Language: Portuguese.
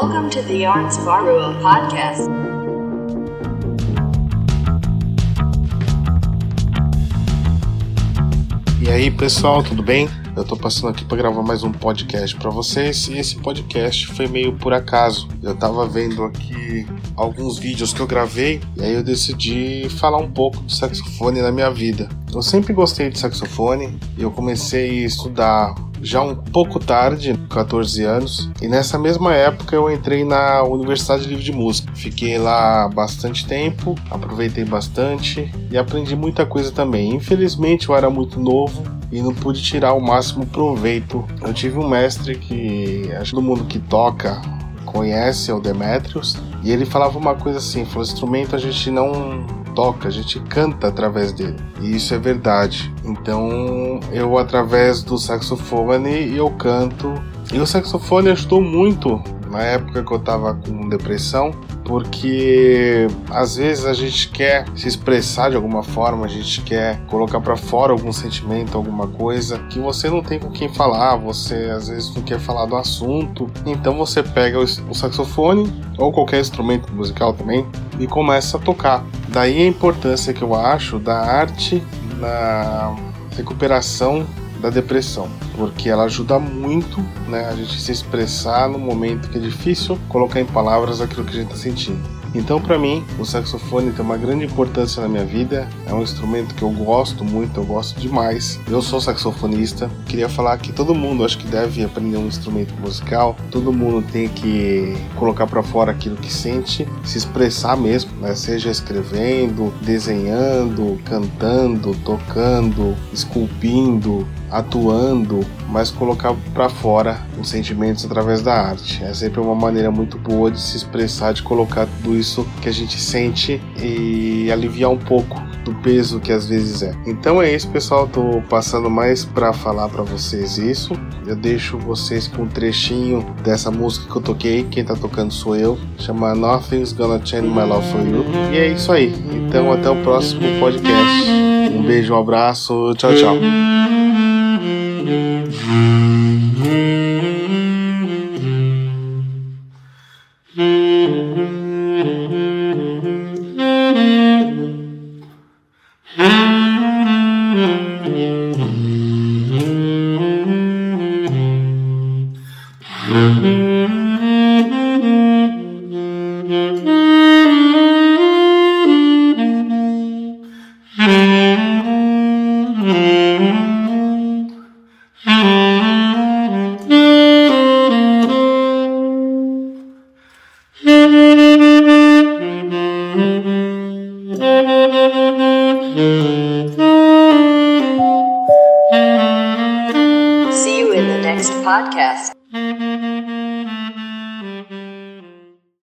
Welcome to the Arts Varua podcast. E aí pessoal, tudo bem? Eu tô passando aqui para gravar mais um podcast para vocês e esse podcast foi meio por acaso. Eu tava vendo aqui alguns vídeos que eu gravei e aí eu decidi falar um pouco do saxofone na minha vida. Eu sempre gostei de saxofone e eu comecei a estudar já um pouco tarde, 14 anos, e nessa mesma época eu entrei na Universidade Livre de Música. Fiquei lá bastante tempo, aproveitei bastante e aprendi muita coisa também. Infelizmente eu era muito novo e não pude tirar o máximo proveito. Eu tive um mestre que acho que todo mundo que toca conhece, é o Demetrius, e ele falava uma coisa assim, falou: instrumento a gente não toca, a gente canta através dele, e isso é verdade. Então eu, através do saxofone, eu canto, e o saxofone ajudou muito na época que eu tava com depressão, porque às vezes a gente quer se expressar de alguma forma, a gente quer colocar pra fora algum sentimento, alguma coisa que você não tem com quem falar, você às vezes não quer falar do assunto, então você pega o saxofone ou qualquer instrumento musical também e começa a tocar. Daí a importância que eu acho da arte na recuperação da depressão, porque ela ajuda muito, né, a gente se expressar no momento que é difícil colocar em palavras aquilo que a gente está sentindo. Então, para mim, o saxofone tem uma grande importância na minha vida. É um instrumento que eu gosto muito, eu gosto demais. Eu sou saxofonista. Queria falar que todo mundo acho que deve aprender um instrumento musical. Todo mundo tem que colocar para fora aquilo que sente, se expressar mesmo, né? Seja escrevendo, desenhando, cantando, tocando, esculpindo, atuando, mas colocar para fora os sentimentos através da arte. É sempre uma maneira muito boa de se expressar, de colocar tudo isso que a gente sente e aliviar um pouco do peso que às vezes é. Então é isso, pessoal, tô passando mais para falar para vocês isso. Eu deixo vocês com um trechinho dessa música que eu toquei, quem tá tocando sou eu, chama Nothing's Gonna Change My Love For You. E é isso aí, então até o próximo podcast. Um beijo, um abraço, tchau, tchau. See you in the next podcast.